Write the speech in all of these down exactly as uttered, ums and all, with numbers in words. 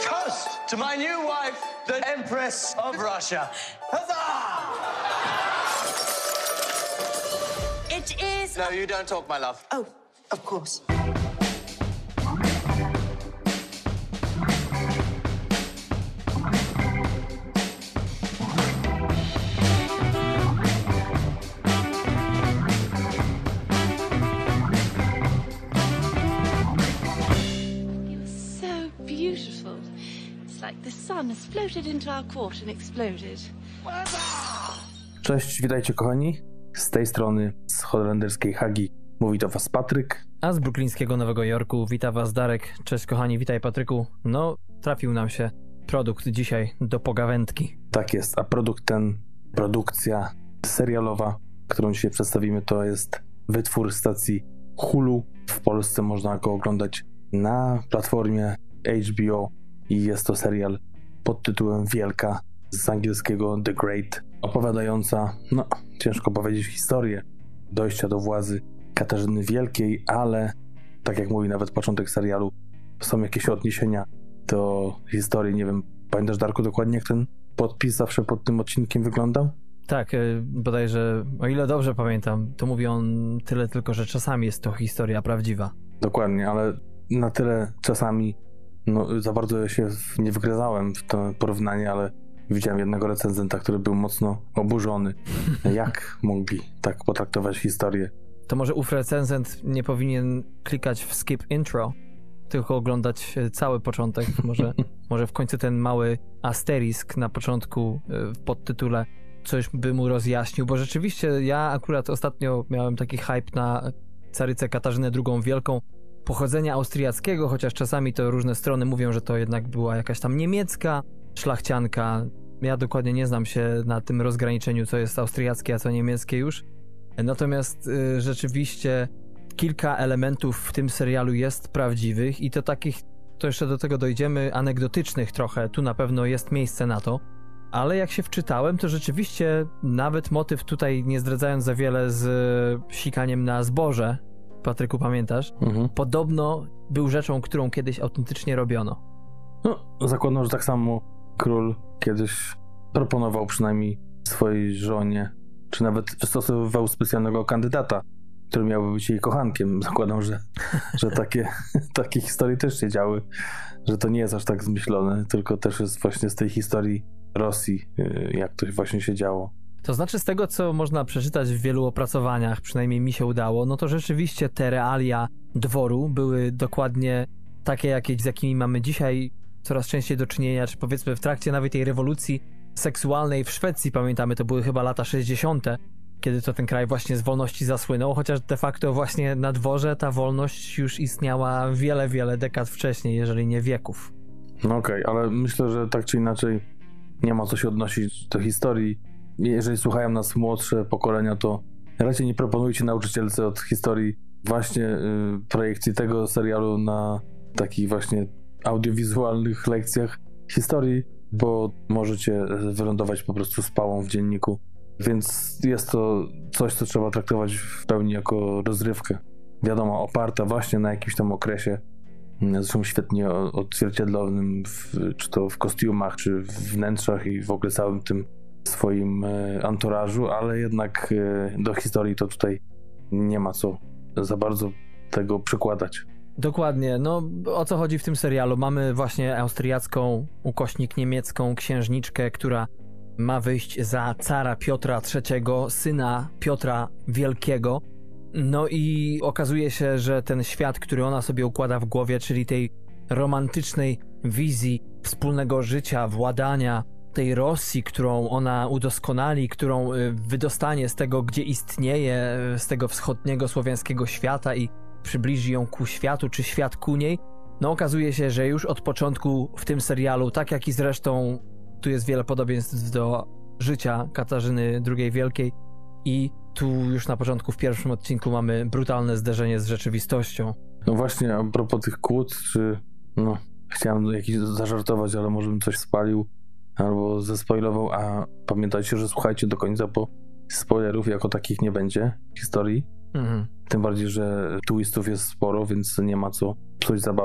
toast to my new wife, the Empress of Russia. Huzzah! It is... No, you don't talk, my love. Oh, of course. Like the sun has floated into our court and exploded. Cześć, witajcie kochani. Z tej strony, z holenderskiej Hagi, mówi do was Patryk. A z bruklińskiego Nowego Jorku wita was Darek. Cześć kochani, witaj Patryku. No, trafił nam się produkt dzisiaj do pogawędki. Tak jest, a produkt ten, produkcja serialowa, którą dzisiaj przedstawimy, to jest wytwór stacji Hulu. W Polsce można go oglądać na platformie H B O. I jest to serial pod tytułem Wielka, z angielskiego The Great, opowiadająca, no ciężko powiedzieć, historię dojścia do władzy Katarzyny Wielkiej, ale tak jak mówi nawet początek serialu, są jakieś odniesienia do historii. Nie wiem, pamiętasz Darku dokładnie jak ten podpis zawsze pod tym odcinkiem wyglądał? Tak, bodajże, o ile dobrze pamiętam, to mówi on tyle tylko, że czasami jest to historia prawdziwa. Dokładnie, ale na tyle czasami no, za bardzo się nie wgryzałem w to porównanie, ale widziałem jednego recenzenta, który był mocno oburzony. Jak mogli tak potraktować historię? To może ów recenzent nie powinien klikać w skip intro, tylko oglądać cały początek. Może, może w końcu ten mały asterisk na początku w podtytule coś by mu rozjaśnił, bo rzeczywiście ja akurat ostatnio miałem taki hype na carycę Katarzynę drugą Wielką, pochodzenia austriackiego, chociaż czasami to różne strony mówią, że to jednak była jakaś tam niemiecka szlachcianka. Ja dokładnie nie znam się na tym rozgraniczeniu, co jest austriackie, a co niemieckie już. Natomiast y, rzeczywiście kilka elementów w tym serialu jest prawdziwych i to takich, to jeszcze do tego dojdziemy, anegdotycznych trochę. Tu na pewno jest miejsce na to. Ale jak się wczytałem, to rzeczywiście nawet motyw tutaj, nie zdradzając za wiele, z sikaniem na zboże, Patryku, pamiętasz? Mhm. Podobno był rzeczą, którą kiedyś autentycznie robiono. No, zakładam, że tak samo król kiedyś proponował przynajmniej swojej żonie, czy nawet wystosowywał specjalnego kandydata, który miałby być jej kochankiem. Zakładam, że, że takie, takie historie też się działy, że to nie jest aż tak zmyślone, tylko też jest właśnie z tej historii Rosji, jak to właśnie się działo. To znaczy z tego, co można przeczytać w wielu opracowaniach, przynajmniej mi się udało, no to rzeczywiście te realia dworu były dokładnie takie, jakie, z jakimi mamy dzisiaj coraz częściej do czynienia, czy powiedzmy w trakcie nawet tej rewolucji seksualnej w Szwecji, pamiętamy, to były chyba lata sześćdziesiąte, kiedy to ten kraj właśnie z wolności zasłynął, chociaż de facto właśnie na dworze ta wolność już istniała wiele, wiele dekad wcześniej, jeżeli nie wieków. No okej, okay, ale myślę, że tak czy inaczej nie ma co się odnosić do historii. Jeżeli słuchają nas młodsze pokolenia, to raczej nie proponujcie nauczycielce od historii właśnie y, projekcji tego serialu na takich właśnie audiowizualnych lekcjach historii, bo możecie wylądować po prostu z pałą w dzienniku. Więc jest to coś, co trzeba traktować w pełni jako rozrywkę. Wiadomo, oparta właśnie na jakimś tam okresie, zresztą świetnie odzwierciedlonym, w, czy to w kostiumach, czy w wnętrzach i w ogóle całym tym swoim e, anturażu, ale jednak e, do historii to tutaj nie ma co za bardzo tego przykładać. Dokładnie. No o co chodzi w tym serialu? Mamy właśnie austriacką, ukośnik niemiecką księżniczkę, która ma wyjść za cara Piotra trzeciego, syna Piotra Wielkiego. No i okazuje się, że ten świat, który ona sobie układa w głowie, czyli tej romantycznej wizji wspólnego życia, władania, tej Rosji, którą ona udoskonali, którą wydostanie z tego, gdzie istnieje, z tego wschodniego słowiańskiego świata i przybliży ją ku światu, czy świat ku niej, no okazuje się, że już od początku w tym serialu, tak jak i zresztą tu jest wiele podobieństw do życia Katarzyny drugiej Wielkiej i tu już na początku w pierwszym odcinku mamy brutalne zderzenie z rzeczywistością. No właśnie, a propos tych kłód, czy no, chciałem jakiś zażartować, ale może bym coś spalił albo zespoilował, a pamiętajcie, że słuchajcie do końca, bo spoilerów jako takich nie będzie w historii. Mhm. Tym bardziej, że twistów jest sporo, więc nie ma co psuć zabawy.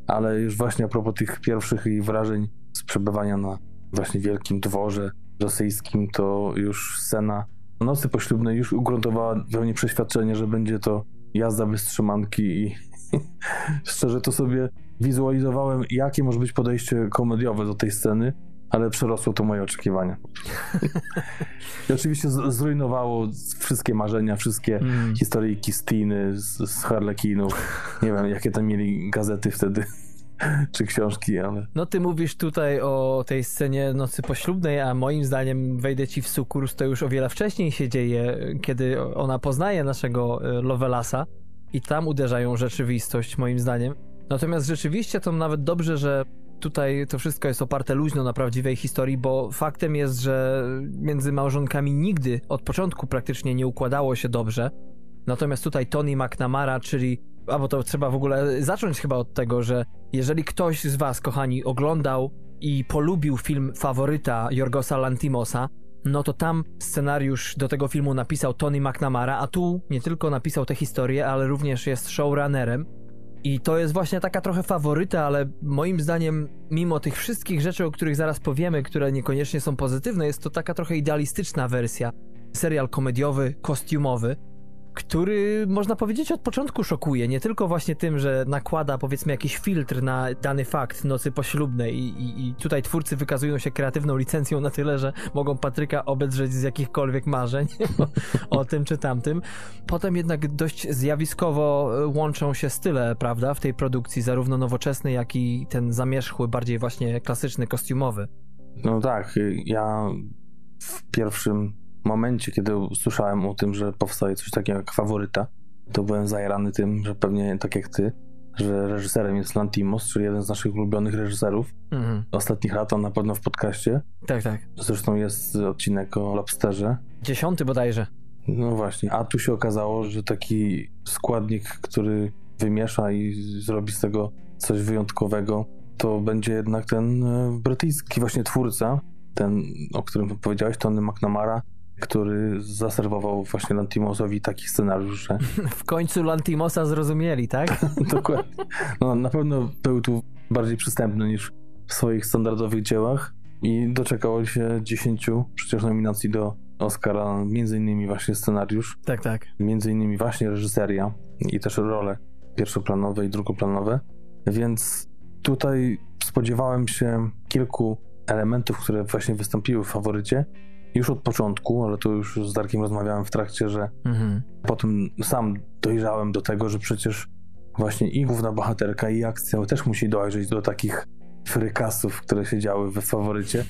ale już właśnie a propos tych pierwszych jej wrażeń z przebywania na właśnie wielkim dworze rosyjskim, to już scena nocy poślubnej już ugruntowała we mnie przeświadczenie, że będzie to jazda bez trzymanki i szczerze to sobie wizualizowałem, jakie może być podejście komediowe do tej sceny, ale przerosło to moje oczekiwania. I oczywiście z- zrujnowało wszystkie marzenia, wszystkie mm. historyjki z Tiny, z, z Harlekinów. Nie wiem, jakie tam mieli gazety wtedy, czy książki, ale... No ty mówisz tutaj o tej scenie nocy poślubnej, a moim zdaniem wejdę ci w sukurs, to już o wiele wcześniej się dzieje, kiedy ona poznaje naszego Lovelasa i tam uderzają rzeczywistość, moim zdaniem. Natomiast rzeczywiście to nawet dobrze, że tutaj to wszystko jest oparte luźno na prawdziwej historii, bo faktem jest, że między małżonkami nigdy od początku praktycznie nie układało się dobrze. Natomiast tutaj Tony McNamara, czyli... A bo to trzeba w ogóle zacząć chyba od tego, że jeżeli ktoś z was, kochani, oglądał i polubił film Faworyta Yorgosa Lanthimosa, no to tam scenariusz do tego filmu napisał Tony McNamara, a tu nie tylko napisał tę historię, ale również jest showrunnerem. I to jest właśnie taka trochę faworyta, ale moim zdaniem, mimo tych wszystkich rzeczy, o których zaraz powiemy, które niekoniecznie są pozytywne, jest to taka trochę idealistyczna wersja. Serial komediowy, kostiumowy, który można powiedzieć od początku szokuje, nie tylko właśnie tym, że nakłada powiedzmy jakiś filtr na dany fakt nocy poślubnej i, i, i tutaj twórcy wykazują się kreatywną licencją na tyle, że mogą Patryka obedrzeć z jakichkolwiek marzeń o, o tym czy tamtym. Potem jednak dość zjawiskowo łączą się style, prawda, w tej produkcji, zarówno nowoczesny, jak i ten zamierzchły, bardziej właśnie klasyczny, kostiumowy. No tak, ja w pierwszym momencie, kiedy usłyszałem o tym, że powstaje coś takiego jak Faworyta, to byłem zajarany tym, że pewnie tak jak ty, że reżyserem jest Lanthimos, czyli jeden z naszych ulubionych reżyserów mhm. ostatnich lat, on na pewno w podcaście. Tak, tak. Zresztą jest odcinek o Lobsterze. Dziesiąty bodajże. No właśnie, a tu się okazało, że taki składnik, który wymiesza i zrobi z tego coś wyjątkowego, to będzie jednak ten brytyjski właśnie twórca, ten, o którym powiedziałeś, Tony McNamara, który zaserwował właśnie Lanthimosowi taki scenariusz, że... W końcu Lanthimosa zrozumieli, tak? Dokładnie. No, na pewno był tu bardziej przystępny niż w swoich standardowych dziełach i doczekało się dziesięciu przecież nominacji do Oscara, między innymi właśnie scenariusz. Tak, tak. Między innymi właśnie reżyseria i też role pierwszoplanowe i drugoplanowe, więc tutaj spodziewałem się kilku elementów, które właśnie wystąpiły w Faworycie już od początku, ale to już z Darkiem rozmawiałem w trakcie, że mhm. potem sam dojrzałem do tego, że przecież właśnie i główna bohaterka, i akcja też musi dojrzeć do takich frykasów, które się działy we Faworycie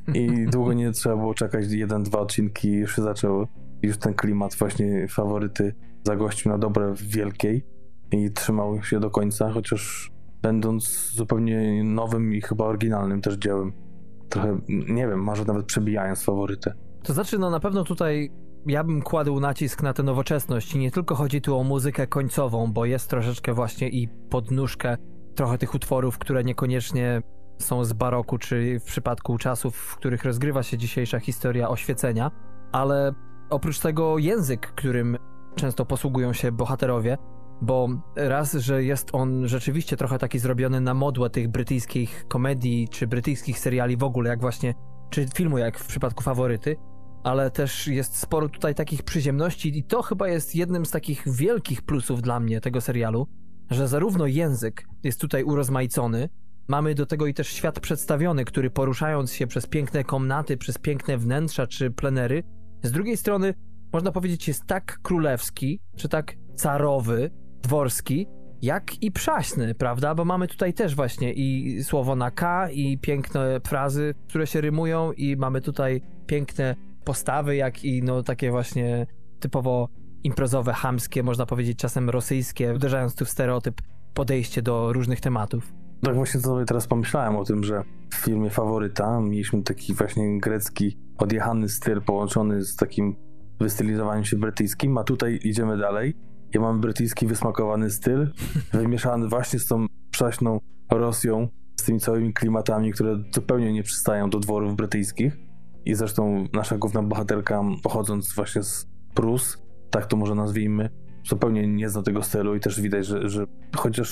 i długo nie trzeba było czekać, jeden, dwa odcinki i już się zaczęło. Już ten klimat właśnie Faworyty zagościł na dobre w Wielkiej i trzymał się do końca, chociaż będąc zupełnie nowym i chyba oryginalnym też dziełem. Trochę, nie wiem, może nawet przebijając Faworytę. To znaczy, no na pewno tutaj ja bym kładł nacisk na tę nowoczesność i nie tylko chodzi tu o muzykę końcową, bo jest troszeczkę właśnie i podnóżkę trochę tych utworów, które niekoniecznie są z baroku, czy w przypadku czasów, w których rozgrywa się dzisiejsza historia oświecenia, ale oprócz tego język, którym często posługują się bohaterowie, bo raz, że jest on rzeczywiście trochę taki zrobiony na modłę tych brytyjskich komedii, czy brytyjskich seriali w ogóle, jak właśnie, czy filmu, jak w przypadku Faworyty, ale też jest sporo tutaj takich przyziemności i to chyba jest jednym z takich wielkich plusów dla mnie tego serialu, że zarówno język jest tutaj urozmaicony, mamy do tego i też świat przedstawiony, który poruszając się przez piękne komnaty, przez piękne wnętrza czy plenery, z drugiej strony można powiedzieć jest tak królewski, czy tak carowy, dworski, jak i przaśny, prawda? Bo mamy tutaj też właśnie i słowo na K, i piękne frazy, które się rymują, i mamy tutaj piękne postawy, jak i no takie właśnie typowo imprezowe, chamskie, można powiedzieć czasem rosyjskie, uderzając tu w stereotyp, podejście do różnych tematów. Tak właśnie sobie teraz pomyślałem o tym, że w filmie Faworyta mieliśmy taki właśnie grecki, odjechany styl połączony z takim wystylizowaniem się brytyjskim, a tutaj idziemy dalej. Ja mam brytyjski wysmakowany styl, wymieszany właśnie z tą przaśną Rosją, z tymi całymi klimatami, które zupełnie nie przystają do dworów brytyjskich. I zresztą nasza główna bohaterka, pochodząc właśnie z Prus, tak to może nazwijmy, zupełnie nie zna tego stylu i też widać, że, że chociaż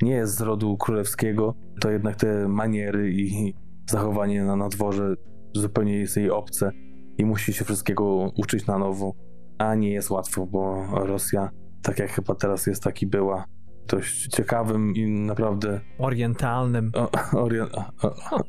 nie jest z rodu królewskiego, to jednak te maniery i zachowanie na, na dworze zupełnie jest jej obce i musi się wszystkiego uczyć na nowo, a nie jest łatwo, bo Rosja, tak jak chyba teraz jest, tak i była, dość ciekawym i naprawdę... Orientalnym. O, orien... o, o,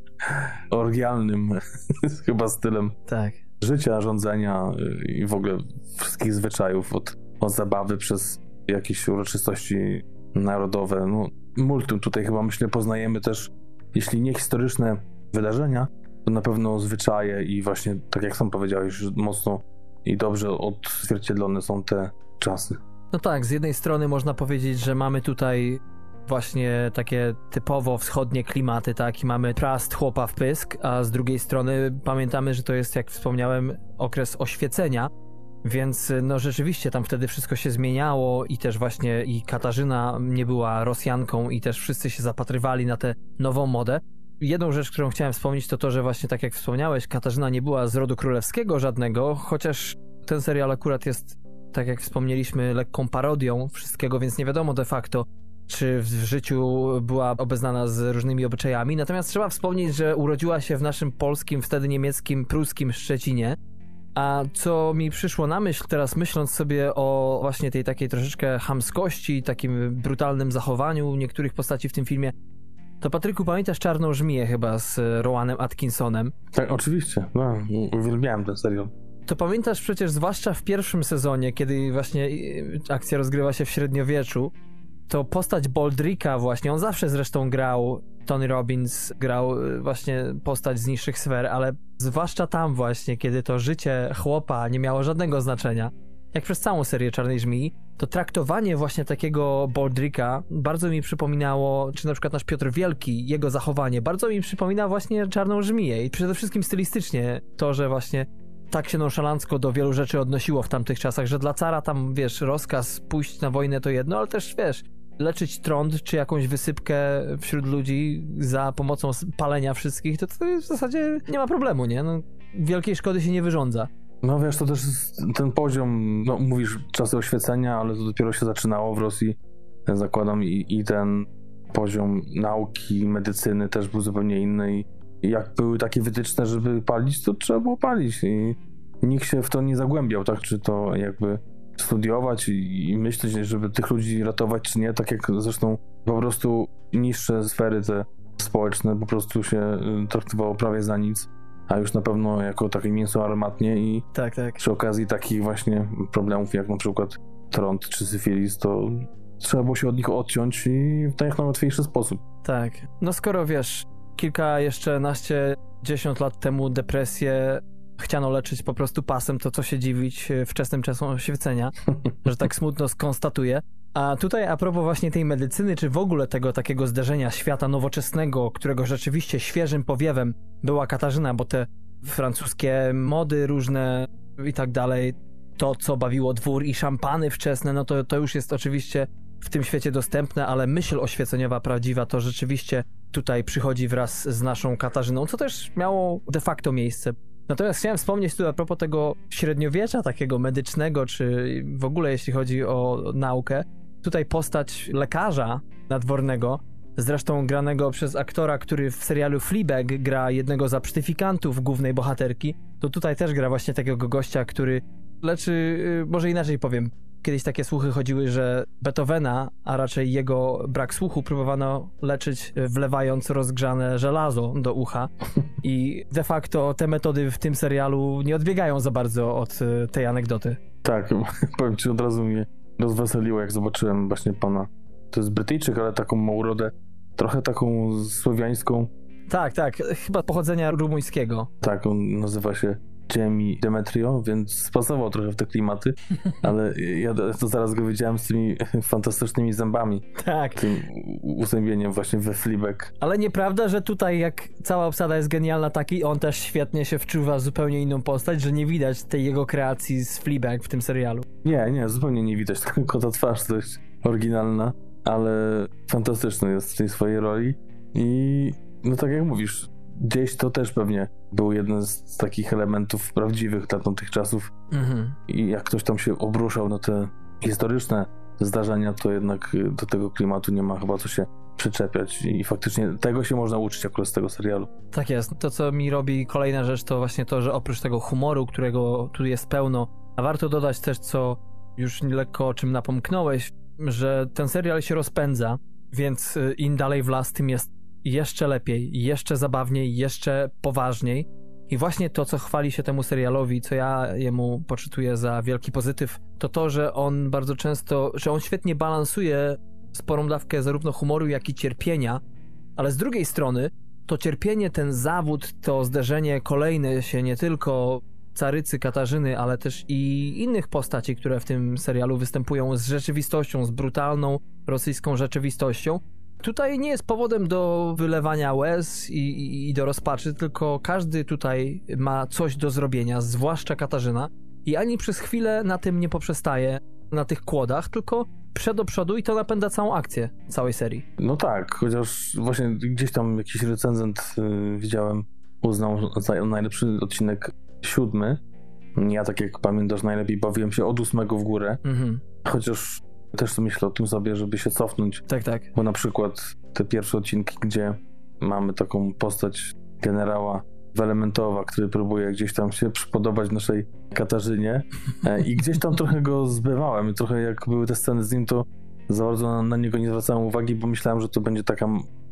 orgialnym chyba stylem tak. życia, rządzenia i w ogóle wszystkich zwyczajów, od, od zabawy przez jakieś uroczystości narodowe. No, multum tutaj chyba, myślę, poznajemy też, jeśli nie historyczne wydarzenia, to na pewno zwyczaje i właśnie, tak jak sam powiedziałeś, mocno i dobrze odzwierciedlone są te czasy. No tak, z jednej strony można powiedzieć, że mamy tutaj właśnie takie typowo wschodnie klimaty, tak, i mamy prast chłopa w pysk, a z drugiej strony pamiętamy, że to jest, jak wspomniałem, okres oświecenia, więc no rzeczywiście tam wtedy wszystko się zmieniało i też właśnie i Katarzyna nie była Rosjanką i też wszyscy się zapatrywali na tę nową modę. Jedną rzecz, którą chciałem wspomnieć, to to, że właśnie tak jak wspomniałeś, Katarzyna nie była z rodu królewskiego żadnego, chociaż ten serial akurat jest, tak jak wspomnieliśmy, lekką parodią wszystkiego, więc nie wiadomo de facto, czy w życiu była obeznana z różnymi obyczajami. Natomiast trzeba wspomnieć, że urodziła się w naszym polskim, wtedy niemieckim, pruskim Szczecinie. A co mi przyszło na myśl teraz, myśląc sobie o właśnie tej takiej troszeczkę chamskości, takim brutalnym zachowaniu niektórych postaci w tym filmie, to Patryku, pamiętasz Czarną Żmiję chyba z Rowanem Atkinsonem? Tak, oczywiście. No, uwielbiałem ten serial. To pamiętasz przecież, zwłaszcza w pierwszym sezonie, kiedy właśnie akcja rozgrywa się w średniowieczu, to postać Baldricka właśnie, on zawsze zresztą grał, Tony Robbins grał właśnie postać z niższych sfer, ale zwłaszcza tam właśnie, kiedy to życie chłopa nie miało żadnego znaczenia, jak przez całą serię Czarnej Żmii, to traktowanie właśnie takiego Baldricka bardzo mi przypominało, czy na przykład nasz Piotr Wielki, jego zachowanie, bardzo mi przypomina właśnie Czarną Żmiję i przede wszystkim stylistycznie to, że właśnie tak się nonszalancko do wielu rzeczy odnosiło w tamtych czasach, że dla cara tam, wiesz, rozkaz pójść na wojnę to jedno, ale też, wiesz, leczyć trąd czy jakąś wysypkę wśród ludzi za pomocą palenia wszystkich, to, to w zasadzie nie ma problemu, nie? No, wielkiej szkody się nie wyrządza. No wiesz, to też jest ten poziom, no mówisz czasy oświecenia, ale to dopiero się zaczynało w Rosji, zakładam, i, i ten poziom nauki, medycyny też był zupełnie inny i jak były takie wytyczne, żeby palić, to trzeba było palić i nikt się w to nie zagłębiał, tak, czy to jakby studiować i, i myśleć, żeby tych ludzi ratować, czy nie, tak jak zresztą po prostu niższe sfery te społeczne po prostu się traktowało prawie za nic, a już na pewno jako takie mięso armatnie i tak, tak. Przy okazji takich właśnie problemów jak na przykład trąd czy syfilis, to trzeba było się od nich odciąć i w jak najłatwiejszy sposób. Tak, no skoro wiesz, kilka jeszcze naście, dziesiąt lat temu depresję chciano leczyć po prostu pasem, to co się dziwić wczesnym czasom oświecenia, że tak smutno skonstatuję. A tutaj a propos właśnie tej medycyny, czy w ogóle tego takiego zderzenia świata nowoczesnego, którego rzeczywiście świeżym powiewem była Katarzyna, bo te francuskie mody różne i tak dalej, to co bawiło dwór i szampany wczesne, no to, to już jest oczywiście w tym świecie dostępne, ale myśl oświeceniowa prawdziwa to rzeczywiście tutaj przychodzi wraz z naszą Katarzyną, co też miało de facto miejsce. Natomiast chciałem wspomnieć tu a propos tego średniowiecza takiego medycznego, czy w ogóle jeśli chodzi o naukę, tutaj postać lekarza nadwornego, zresztą granego przez aktora, który w serialu Fleabag gra jednego z absztyfikantów głównej bohaterki, to tutaj też gra właśnie takiego gościa, który leczy, może inaczej powiem, kiedyś takie słuchy chodziły, że Beethovena, a raczej jego brak słuchu próbowano leczyć wlewając rozgrzane żelazo do ucha i de facto te metody w tym serialu nie odbiegają za bardzo od tej anegdoty. Tak, powiem ci, od razu mnie rozweseliło, jak zobaczyłem właśnie pana, to jest Brytyjczyk, ale taką ma urodę, trochę taką słowiańską. Tak, tak, chyba pochodzenia rumuńskiego. Tak, on nazywa się Jamie Demetrio, więc spasował trochę w te klimaty, ale ja to zaraz go widziałem z tymi fantastycznymi zębami. Tak. Tym uzębieniem właśnie we Fleabag. Ale nieprawda, że tutaj jak cała obsada jest genialna taki, on też świetnie się wczuwa w zupełnie inną postać, że nie widać tej jego kreacji z Fleabag w tym serialu. Nie, nie, zupełnie nie widać, tylko ta twarz dość oryginalna, ale fantastyczny jest w tej swojej roli i no tak jak mówisz, gdzieś to też pewnie był jeden z takich elementów prawdziwych dla tamtych czasów. Mhm. I jak ktoś tam się obruszał na te historyczne zdarzenia, to jednak do tego klimatu nie ma chyba co się przyczepiać i faktycznie tego się można uczyć akurat z tego serialu. Tak jest. To, co mi robi kolejna rzecz, to właśnie to, że oprócz tego humoru, którego tu jest pełno, a warto dodać też, co już lekko o czym napomknąłeś, że ten serial się rozpędza, więc im dalej w las, tym jest jeszcze lepiej, jeszcze zabawniej, jeszcze poważniej. I właśnie to, co chwali się temu serialowi, co ja jemu poczytuję za wielki pozytyw, to to, że on bardzo często, że on świetnie balansuje sporą dawkę zarówno humoru, jak i cierpienia, ale z drugiej strony to cierpienie, ten zawód, to zderzenie kolejne się nie tylko carycy Katarzyny, ale też i innych postaci, które w tym serialu występują z rzeczywistością, z brutalną rosyjską rzeczywistością, tutaj nie jest powodem do wylewania łez i, i, i do rozpaczy, tylko każdy tutaj ma coś do zrobienia, zwłaszcza Katarzyna, i ani przez chwilę na tym nie poprzestaje, na tych kłodach, tylko przed do przodu i to napędza całą akcję całej serii. No tak, chociaż właśnie gdzieś tam jakiś recenzent yy, widziałem, uznał za najlepszy odcinek siódmy. Ja, tak jak pamiętasz, najlepiej bawiłem się od ósmego w górę, mhm. chociaż też myślę o tym sobie, żeby się cofnąć. Tak, tak. Bo na przykład te pierwsze odcinki, gdzie mamy taką postać generała Welementowa, który próbuje gdzieś tam się przypodobać naszej Katarzynie e, i gdzieś tam trochę go zbywałem. Trochę jak były te sceny z nim, to za bardzo na, na niego nie zwracałem uwagi, bo myślałem, że to będzie taka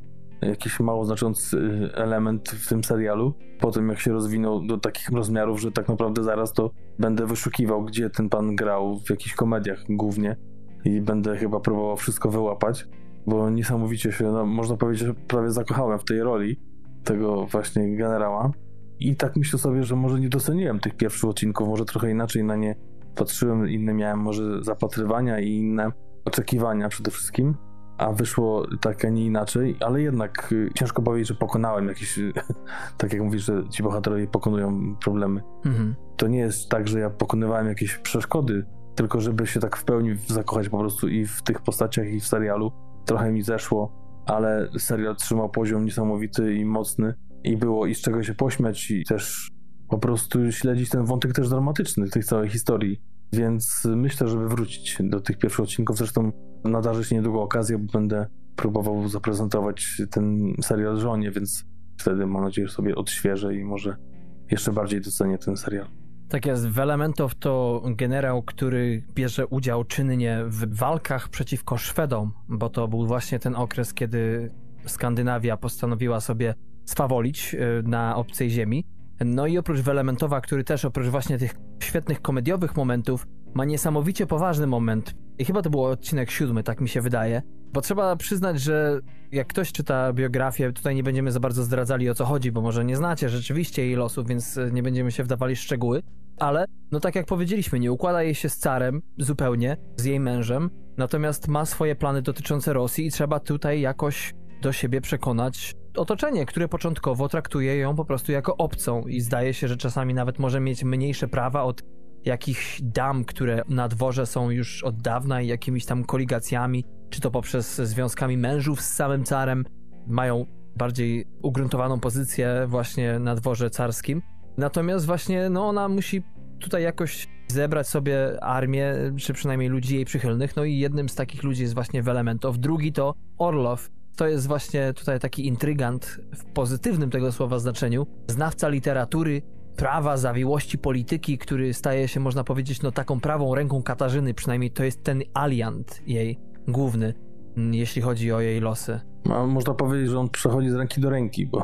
jakiś mało znaczący element w tym serialu. Potem jak się rozwinął do takich rozmiarów, że tak naprawdę zaraz to będę wyszukiwał, gdzie ten pan grał, w jakichś komediach głównie i będę chyba próbował wszystko wyłapać, bo niesamowicie się, no, można powiedzieć, że prawie zakochałem w tej roli tego właśnie generała i tak myślę sobie, że może nie doceniłem tych pierwszych odcinków, może trochę inaczej na nie patrzyłem, inne miałem może zapatrywania i inne oczekiwania przede wszystkim, a wyszło tak, a nie inaczej, ale jednak y, ciężko powiedzieć, że pokonałem jakieś, tak jak mówisz, że ci bohaterowie pokonują problemy. Mhm. To nie jest tak, że ja pokonywałem jakieś przeszkody, tylko żeby się tak w pełni zakochać po prostu i w tych postaciach, i w serialu. Trochę mi zeszło, ale serial trzymał poziom niesamowity i mocny i było i z czego się pośmiać i też po prostu śledzić ten wątek też dramatyczny tej całej historii. Więc myślę, żeby wrócić do tych pierwszych odcinków. Zresztą nadarzy się niedługo okazja, bo będę próbował zaprezentować ten serial żonie, więc wtedy mam nadzieję, że sobie odświeżę i może jeszcze bardziej docenię ten serial. Tak jest, Welementow to generał, który bierze udział czynnie w walkach przeciwko Szwedom, bo to był właśnie ten okres, kiedy Skandynawia postanowiła sobie swawolić na obcej ziemi. No i oprócz Welementowa, który też oprócz właśnie tych świetnych komediowych momentów ma niesamowicie poważny moment. I chyba to był odcinek siódmy, tak mi się wydaje. Bo trzeba przyznać, że jak ktoś czyta biografię, tutaj nie będziemy za bardzo zdradzali, o co chodzi, bo może nie znacie rzeczywiście jej losów, więc nie będziemy się wdawali w szczegóły. Ale, no tak jak powiedzieliśmy, nie układa jej się z carem zupełnie, z jej mężem, natomiast ma swoje plany dotyczące Rosji i trzeba tutaj jakoś do siebie przekonać otoczenie, które początkowo traktuje ją po prostu jako obcą i zdaje się, że czasami nawet może mieć mniejsze prawa od jakichś dam, które na dworze są już od dawna i jakimiś tam koligacjami, czy to poprzez związkami mężów z samym carem, mają bardziej ugruntowaną pozycję właśnie na dworze carskim. Natomiast właśnie no ona musi tutaj jakoś zebrać sobie armię, czy przynajmniej ludzi jej przychylnych, no i jednym z takich ludzi jest właśnie Welementow, drugi to Orlow. To jest właśnie tutaj taki intrygant w pozytywnym tego słowa znaczeniu, znawca literatury, prawa, zawiłości polityki, który staje się, można powiedzieć, no taką prawą ręką Katarzyny, przynajmniej to jest ten aliant jej główny, jeśli chodzi o jej losy. A można powiedzieć, że on przechodzi z ręki do ręki, bo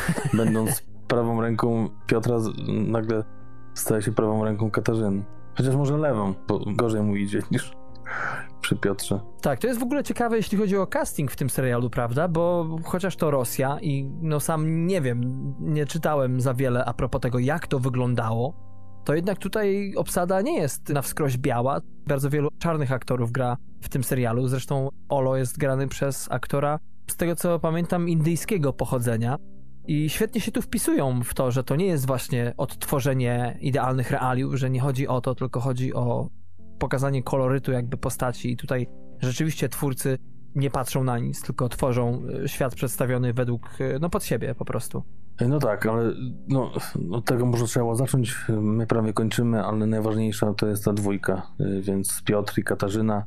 będąc prawą ręką Piotra, nagle staje się prawą ręką Katarzyny. Chociaż może lewą, bo gorzej mu idzie niż przy Piotrze. Tak, to jest w ogóle ciekawe, jeśli chodzi o casting w tym serialu, prawda? Bo chociaż to Rosja i no sam nie wiem, nie czytałem za wiele a propos tego, jak to wyglądało, to jednak tutaj obsada nie jest na wskroś biała. Bardzo wielu czarnych aktorów gra w tym serialu. Zresztą Olo jest grany przez aktora, z tego co pamiętam, indyjskiego pochodzenia. I świetnie się tu wpisują w to, że to nie jest właśnie odtworzenie idealnych realiów, że nie chodzi o to, tylko chodzi o pokazanie kolorytu jakby postaci i tutaj rzeczywiście twórcy nie patrzą na nic, tylko tworzą świat przedstawiony według, no pod siebie po prostu. No tak, ale no, od tego może trzeba zacząć. My prawie kończymy, ale najważniejsza to jest ta dwójka, więc Piotr i Katarzyna.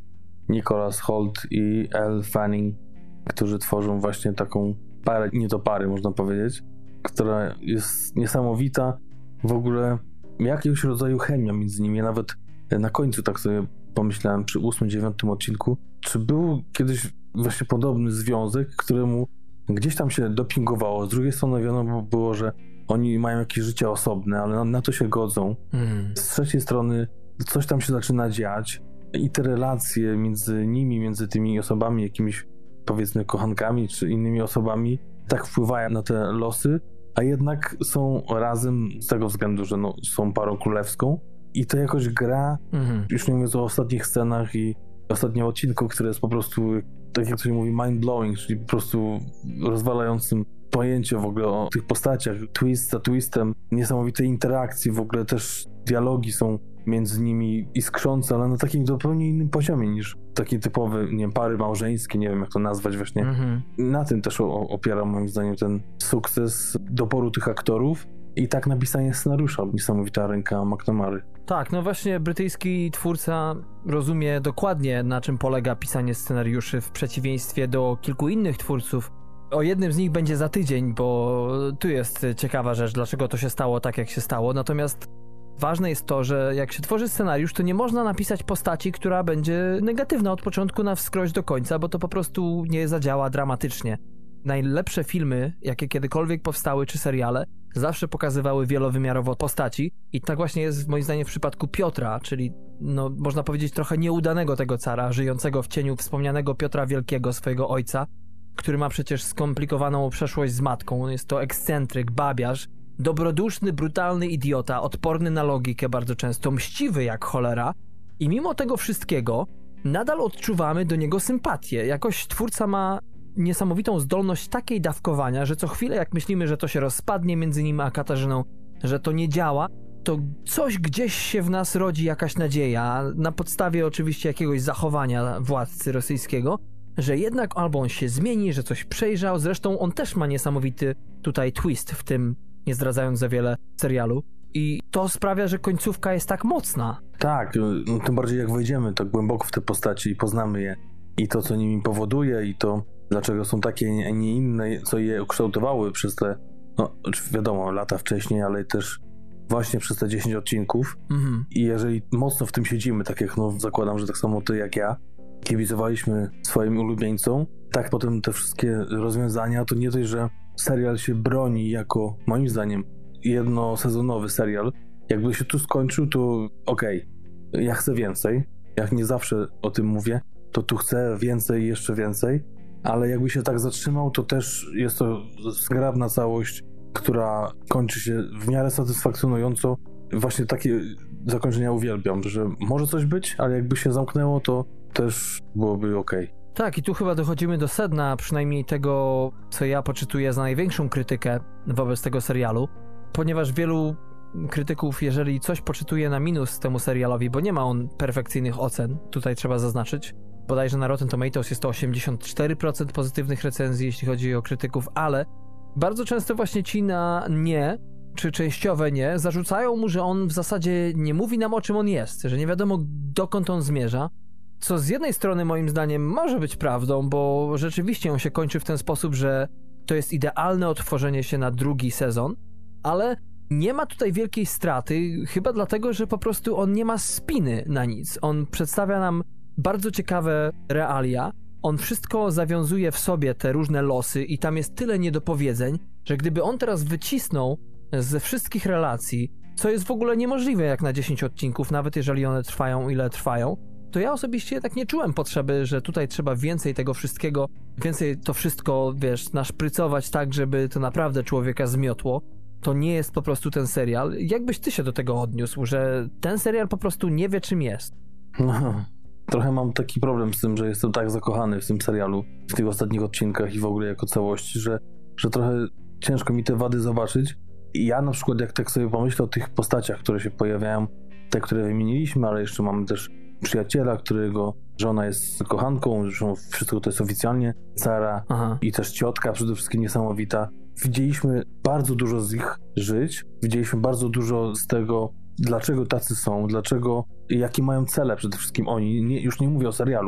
Nicholas Hoult i Elle Fanning, którzy tworzą właśnie taką parę, nie do pary można powiedzieć, która jest niesamowita. W ogóle jakiegoś rodzaju chemia między nimi. Ja nawet na końcu tak sobie pomyślałem przy ósmym, dziewiątym odcinku, czy był kiedyś właśnie podobny związek, któremu gdzieś tam się dopingowało. Z drugiej strony wiadomo było, że oni mają jakieś życie osobne, ale na, na to się godzą. Mm. Z trzeciej strony coś tam się zaczyna dziać i te relacje między nimi, między tymi osobami, jakimiś powiedzmy kochankami czy innymi osobami tak wpływają na te losy, a jednak są razem z tego względu, że no, są parą królewską i to jakoś gra, mm. już nie mówiąc o ostatnich scenach i ostatnim odcinku, który jest po prostu, tak jak to się mówi, mind-blowing, czyli po prostu rozwalającym pojęcie w ogóle o tych postaciach, twist za twistem, niesamowite interakcje, w ogóle też dialogi są między nimi iskrzące, ale na takim zupełnie innym poziomie niż takie typowe, nie wiem, pary małżeńskie, nie wiem jak to nazwać właśnie. Mm-hmm. Na tym też o, opiera moim zdaniem ten sukces doboru tych aktorów i tak napisanie scenariusza. Niesamowita ręka McNamary. Tak, no właśnie brytyjski twórca rozumie dokładnie, na czym polega pisanie scenariuszy w przeciwieństwie do kilku innych twórców. O jednym z nich będzie za tydzień, bo tu jest ciekawa rzecz, dlaczego to się stało tak, jak się stało. Natomiast ważne jest to, że jak się tworzy scenariusz, to nie można napisać postaci, która będzie negatywna od początku na wskroś do końca, bo to po prostu nie zadziała dramatycznie. Najlepsze filmy, jakie kiedykolwiek powstały, czy seriale, zawsze pokazywały wielowymiarowo postaci i tak właśnie jest moim zdaniem w przypadku Piotra, czyli no, można powiedzieć trochę nieudanego tego cara, żyjącego w cieniu wspomnianego Piotra Wielkiego, swojego ojca, który ma przecież skomplikowaną przeszłość z matką. Jest to ekscentryk, babiarz, dobroduszny, brutalny idiota, odporny na logikę bardzo często, mściwy jak cholera i mimo tego wszystkiego nadal odczuwamy do niego sympatię. Jakoś twórca ma niesamowitą zdolność takiej dawkowania, że co chwilę jak myślimy, że to się rozpadnie między nim a Katarzyną, że to nie działa, to coś gdzieś się w nas rodzi jakaś nadzieja, na podstawie oczywiście jakiegoś zachowania władcy rosyjskiego, że jednak albo on się zmieni, że coś przejrzał, zresztą on też ma niesamowity tutaj twist w tym, nie zdradzając za wiele serialu i to sprawia, że końcówka jest tak mocna. Tak, no, tym bardziej jak wejdziemy tak głęboko w te postaci i poznamy je i to, co nimi powoduje i to, dlaczego są takie, a nie inne, co je ukształtowały przez te, no wiadomo, lata wcześniej, ale też właśnie przez te dziesięć odcinków mhm. i jeżeli mocno w tym siedzimy, tak jak no zakładam, że tak samo ty jak ja, kibicowaliśmy swoim ulubieńcom, tak potem te wszystkie rozwiązania, to nie dość, że serial się broni jako, moim zdaniem, jednosezonowy serial. Jakby się tu skończył, to okej, okay, ja chcę więcej. Jak nie zawsze o tym mówię, to tu chcę więcej, jeszcze więcej, ale jakby się tak zatrzymał, to też jest to zgrabna całość, która kończy się w miarę satysfakcjonująco. Właśnie takie zakończenia uwielbiam, że może coś być, ale jakby się zamknęło, to też byłoby okej. Okay. Tak, i tu chyba dochodzimy do sedna, przynajmniej tego, co ja poczytuję za największą krytykę wobec tego serialu, ponieważ wielu krytyków, jeżeli coś poczytuje na minus temu serialowi, bo nie ma on perfekcyjnych ocen, tutaj trzeba zaznaczyć, bodajże na Rotten Tomatoes jest to osiemdziesiąt cztery procent pozytywnych recenzji, jeśli chodzi o krytyków, ale bardzo często właśnie ci na nie, czy częściowe nie, zarzucają mu, że on w zasadzie nie mówi nam, o czym on jest, że nie wiadomo, dokąd on zmierza, co z jednej strony moim zdaniem może być prawdą, bo rzeczywiście on się kończy w ten sposób, że to jest idealne odtworzenie się na drugi sezon, ale nie ma tutaj wielkiej straty, chyba dlatego, że po prostu on nie ma spiny na nic. On przedstawia nam bardzo ciekawe realia, on wszystko zawiązuje w sobie, te różne losy i tam jest tyle niedopowiedzeń, że gdyby on teraz wycisnął ze wszystkich relacji, co jest w ogóle niemożliwe jak na dziesięć odcinków, nawet jeżeli one trwają ile trwają, to ja osobiście jednak nie czułem potrzeby, że tutaj trzeba więcej tego wszystkiego, więcej to wszystko, wiesz, naszprycować tak, żeby to naprawdę człowieka zmiotło. To nie jest po prostu ten serial. Jak byś ty się do tego odniósł, że ten serial po prostu nie wie, czym jest? No, trochę mam taki problem z tym, że jestem tak zakochany w tym serialu, w tych ostatnich odcinkach i w ogóle jako całości, że, że trochę ciężko mi te wady zobaczyć. I ja na przykład, jak tak sobie pomyślę o tych postaciach, które się pojawiają, te, które wymieniliśmy, ale jeszcze mamy też przyjaciela, którego żona jest kochanką, że wszystko to jest oficjalnie Sara Aha. i też ciotka przede wszystkim niesamowita. Widzieliśmy bardzo dużo z ich żyć, widzieliśmy bardzo dużo z tego, dlaczego tacy są, dlaczego, jakie mają cele przede wszystkim oni, nie, już nie mówię o serialu,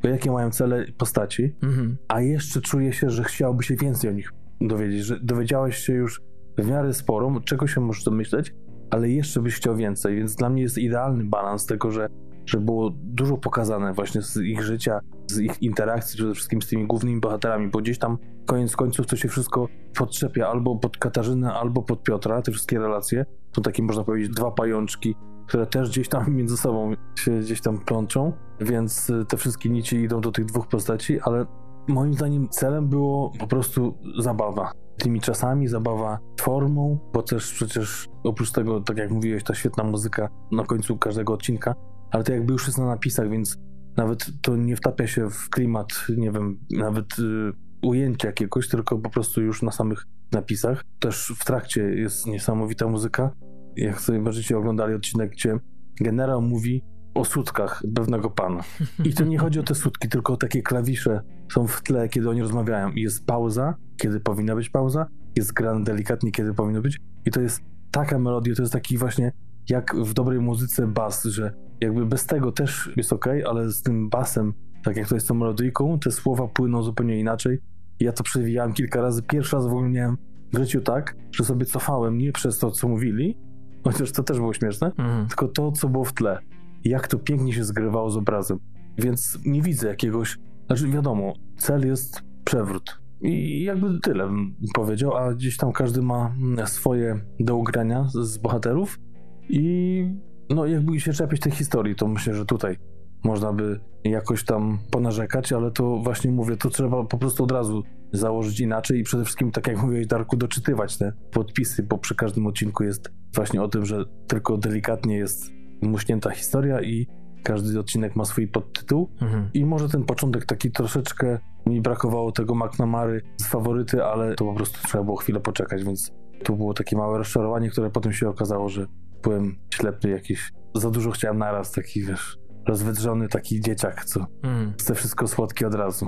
jakie mają cele postaci, Mhm. a jeszcze czuje się, że chciałoby się więcej o nich dowiedzieć, że dowiedziałeś się już w miarę sporo, czego się możesz domyśleć, ale jeszcze byś chciał więcej, więc dla mnie jest idealny balans tego, że, że było dużo pokazane właśnie z ich życia, z ich interakcji przede wszystkim z tymi głównymi bohaterami, bo gdzieś tam koniec końców to się wszystko podczepia albo pod Katarzynę, albo pod Piotra, te wszystkie relacje, to takie można powiedzieć dwa pajączki, które też gdzieś tam między sobą się gdzieś tam plączą, więc te wszystkie nici idą do tych dwóch postaci, ale moim zdaniem celem było po prostu zabawa. Tymi czasami, zabawa formą, bo też przecież oprócz tego, tak jak mówiłeś, ta świetna muzyka na końcu każdego odcinka, ale to jakby już jest na napisach, więc nawet to nie wtapia się w klimat, nie wiem, nawet y, ujęcia jakiegoś, tylko po prostu już na samych napisach. Też w trakcie jest niesamowita muzyka. Jak sobie będziecie oglądali odcinek, gdzie generał mówi o sutkach pewnego pana. I to nie chodzi o te sutki, tylko o takie klawisze są w tle, kiedy oni rozmawiają. I jest pauza, kiedy powinna być pauza, jest grane delikatnie, kiedy powinno być. I to jest taka melodia, to jest taki właśnie jak w dobrej muzyce bas, że jakby bez tego też jest okej, ale z tym basem, tak jak to jest tą melodyjką, te słowa płyną zupełnie inaczej. I ja to przewijałem kilka razy. Pierwszy raz w ogóle miałem w życiu tak, że sobie cofałem nie przez to, co mówili, chociaż to też było śmieszne, Mhm. tylko to, co było w tle. Jak to pięknie się zgrywało z obrazem. Więc nie widzę jakiegoś... Znaczy wiadomo, cel jest przewrót. I jakby tyle bym powiedział, a gdzieś tam każdy ma swoje do ugrania z, z bohaterów i no jakby się czepiać tej historii, to myślę, że tutaj można by jakoś tam ponarzekać, ale to właśnie mówię, to trzeba po prostu od razu założyć inaczej i przede wszystkim, tak jak mówiłeś, Darku, doczytywać te podpisy, bo przy każdym odcinku jest właśnie o tym, że tylko delikatnie jest muśnięta historia i każdy odcinek ma swój podtytuł. Mhm. I może ten początek taki troszeczkę mi brakowało tego McNamary z faworyty, ale to po prostu trzeba było chwilę poczekać, więc tu było takie małe rozczarowanie, które potem się okazało, że byłem ślepy jakiś. Za dużo chciałem naraz, taki wiesz, rozwydrzony taki dzieciak, co Mhm. chce wszystko słodkie od razu.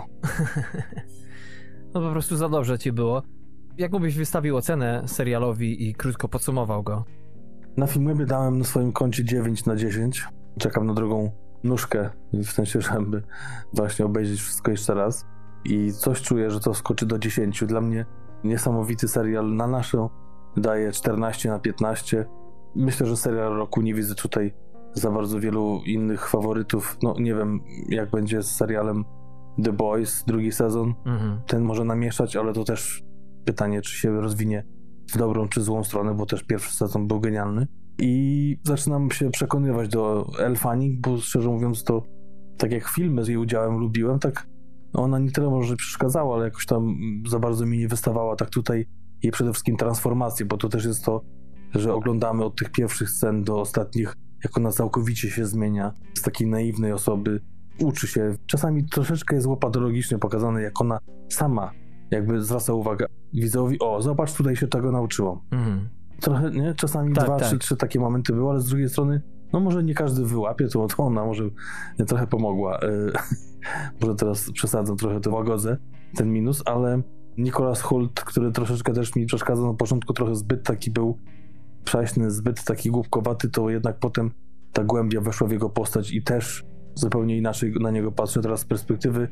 No po prostu za dobrze ci było. Jaką byś wystawił ocenę serialowi i krótko podsumował go? Na Filmwebie dałem na swoim koncie dziewięć na dziesięć. Czekam na drugą nóżkę, w sensie, żeby właśnie obejrzeć wszystko jeszcze raz. I coś czuję, że to skoczy do dziesięciu. Dla mnie niesamowity serial. Na naszą daje czternaście na piętnaście. Myślę, że serial roku. Nie widzę tutaj za bardzo wielu innych faworytów. No nie wiem, jak będzie z serialem The Boys, drugi sezon. Mhm. Ten może namieszać, ale to też pytanie, czy się rozwinie w dobrą czy złą stronę, bo też pierwszy sezon był genialny. I zaczynam się przekonywać do Elle Fanning, bo szczerze mówiąc to tak jak filmy z jej udziałem lubiłem, tak ona nie tyle może przeszkadzała, ale jakoś tam za bardzo mi nie wystawała. Tak tutaj jej przede wszystkim transformacje, bo to też jest to, że oglądamy od tych pierwszych scen do ostatnich, jak ona całkowicie się zmienia z takiej naiwnej osoby, uczy się. Czasami troszeczkę jest łopatologicznie pokazane, jak ona sama jakby zwraca uwagę widzowi, o, zobacz, tutaj się tego nauczyłam. Mhm. Trochę, nie? Czasami Tak, dwa, tak. trzy, trzy takie momenty były, ale z drugiej strony, no może nie każdy wyłapie, to, to ona może trochę pomogła. Yy, może teraz przesadzam, trochę to łagodzę, ten minus, ale Nicholas Hoult, który troszeczkę też mi przeszkadzał na początku, trochę zbyt taki był przaśny, zbyt taki głupkowaty, to jednak potem ta głębia weszła w jego postać i też zupełnie inaczej na niego patrzę teraz z perspektywy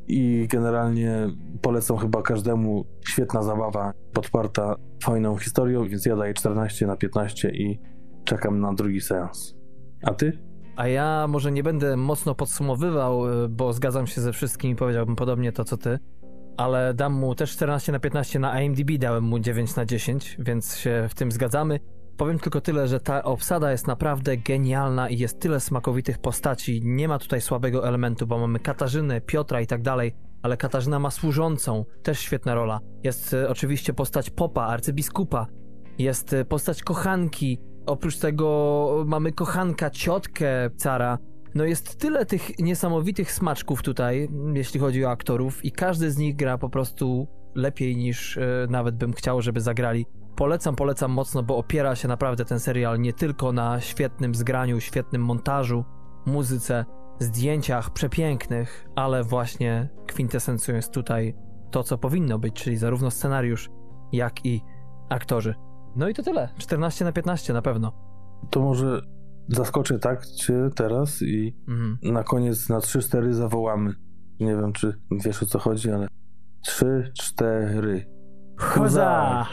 i generalnie polecam chyba każdemu. Świetna zabawa, podparta fajną historią, więc ja daję czternaście na piętnaście i czekam na drugi seans. A ty? A ja może nie będę mocno podsumowywał, y, bo zgadzam się ze wszystkim i powiedziałbym podobnie to, co ty, ale dam mu też czternaście na piętnaście, na I M D B dałem mu dziewięć na dziesięć, więc się w tym zgadzamy. Powiem tylko tyle, że ta obsada jest naprawdę genialna i jest tyle smakowitych postaci. Nie ma tutaj słabego elementu, bo mamy Katarzynę, Piotra i tak dalej, ale Katarzyna ma służącą, też świetna rola. Jest y, oczywiście postać popa, arcybiskupa, jest y, postać kochanki, oprócz tego mamy kochanka, ciotkę cara. No jest tyle tych niesamowitych smaczków tutaj, jeśli chodzi o aktorów i każdy z nich gra po prostu lepiej niż y, nawet bym chciał, żeby zagrali. Polecam, polecam mocno, bo opiera się naprawdę ten serial nie tylko na świetnym zgraniu, świetnym montażu, muzyce, zdjęciach przepięknych, ale właśnie kwintesencją jest tutaj to, co powinno być, czyli zarówno scenariusz, jak i aktorzy. No i to tyle. czternaście na piętnaście na pewno. To może zaskoczę tak cię teraz i Mhm. na koniec na trzy cztery zawołamy Nie wiem, czy wiesz, o co chodzi, ale trzy, cztery. Huza!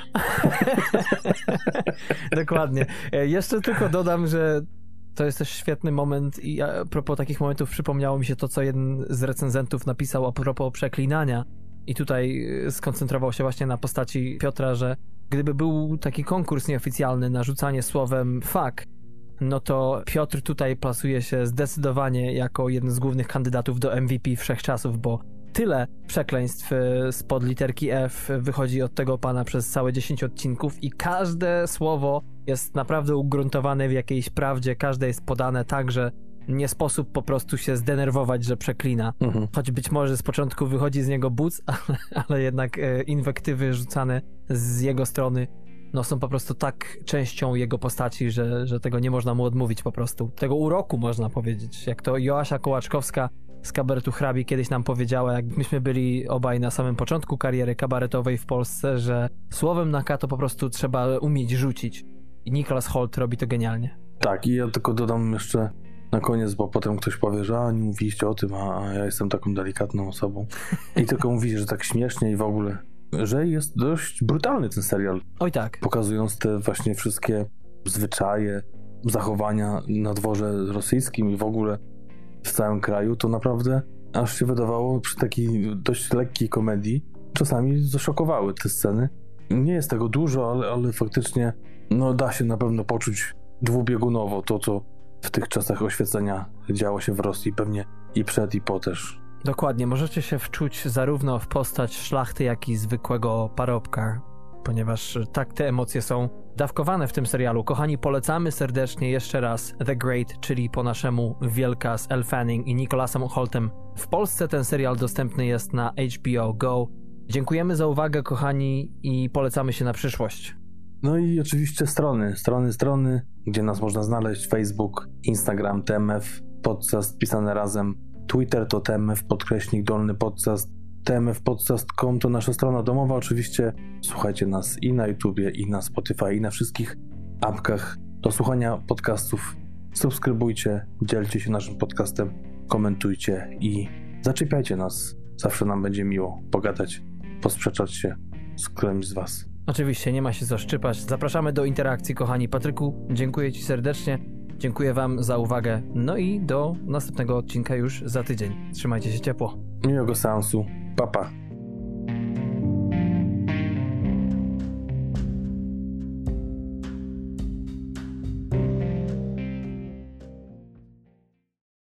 Dokładnie. E, Jeszcze tylko dodam, że to jest też świetny moment i a propos takich momentów przypomniało mi się to, co jeden z recenzentów napisał a propos przeklinania i tutaj e, skoncentrował się właśnie na postaci Piotra, że gdyby był taki konkurs nieoficjalny na rzucanie słowem fuck, no to Piotr tutaj plasuje się zdecydowanie jako jeden z głównych kandydatów do M V P wszechczasów, bo tyle przekleństw e, spod literki F wychodzi od tego pana przez całe dziesięć odcinków i każde słowo jest naprawdę ugruntowane w jakiejś prawdzie, każde jest podane tak, że nie sposób po prostu się zdenerwować, że przeklina. Mhm. Choć być może z początku wychodzi z niego buc, ale, ale jednak e, inwektywy rzucane z jego strony no są po prostu tak częścią jego postaci, że, że tego nie można mu odmówić po prostu. Tego uroku można powiedzieć. Jak to Joasia Kołaczkowska z kabaretu Hrabi kiedyś nam powiedziała, jak myśmy byli obaj na samym początku kariery kabaretowej w Polsce, że słowem na K to po prostu trzeba umieć rzucić. I Nicholas Hoult robi to genialnie. Tak, i ja tylko dodam jeszcze na koniec, bo potem ktoś powie, że a, nie mówiliście o tym, a, a ja jestem taką delikatną osobą. I tylko mówicie, że tak śmiesznie i w ogóle, że jest dość brutalny ten serial. Oj tak. Pokazując te właśnie wszystkie zwyczaje, zachowania na dworze rosyjskim i w ogóle w całym kraju, to naprawdę aż się wydawało przy takiej dość lekkiej komedii, czasami zaszokowały te sceny. Nie jest tego dużo, ale, ale faktycznie no, da się na pewno poczuć dwubiegunowo to, co w tych czasach oświecenia działo się w Rosji, pewnie i przed, i po też. Dokładnie, możecie się wczuć zarówno w postać szlachty, jak i zwykłego parobka, ponieważ tak te emocje są dawkowane w tym serialu. Kochani, polecamy serdecznie jeszcze raz The Great, czyli po naszemu Wielka z Elle Fanning i Nicholasem Houltem. W Polsce ten serial dostępny jest na H B O Go. Dziękujemy za uwagę, kochani, i polecamy się na przyszłość. No i oczywiście strony, strony, strony, gdzie nas można znaleźć: Facebook, Instagram, T M F, podcast pisane razem, Twitter to T M F, podkreśnik dolny podcast, T M F podcast kropka com to nasza strona domowa. Oczywiście słuchajcie nas i na YouTubie, i na Spotify, i na wszystkich apkach do słuchania podcastów. Subskrybujcie, dzielcie się naszym podcastem, komentujcie i zaczepiajcie nas. Zawsze nam będzie miło pogadać, posprzeczać się z którymś z was. Oczywiście, nie ma się co szczypać. Zapraszamy do interakcji, kochani. Patryku, dziękuję ci serdecznie. Dziękuję wam za uwagę. No i do następnego odcinka już za tydzień. Trzymajcie się ciepło. Miłego seansu. Pa, pa.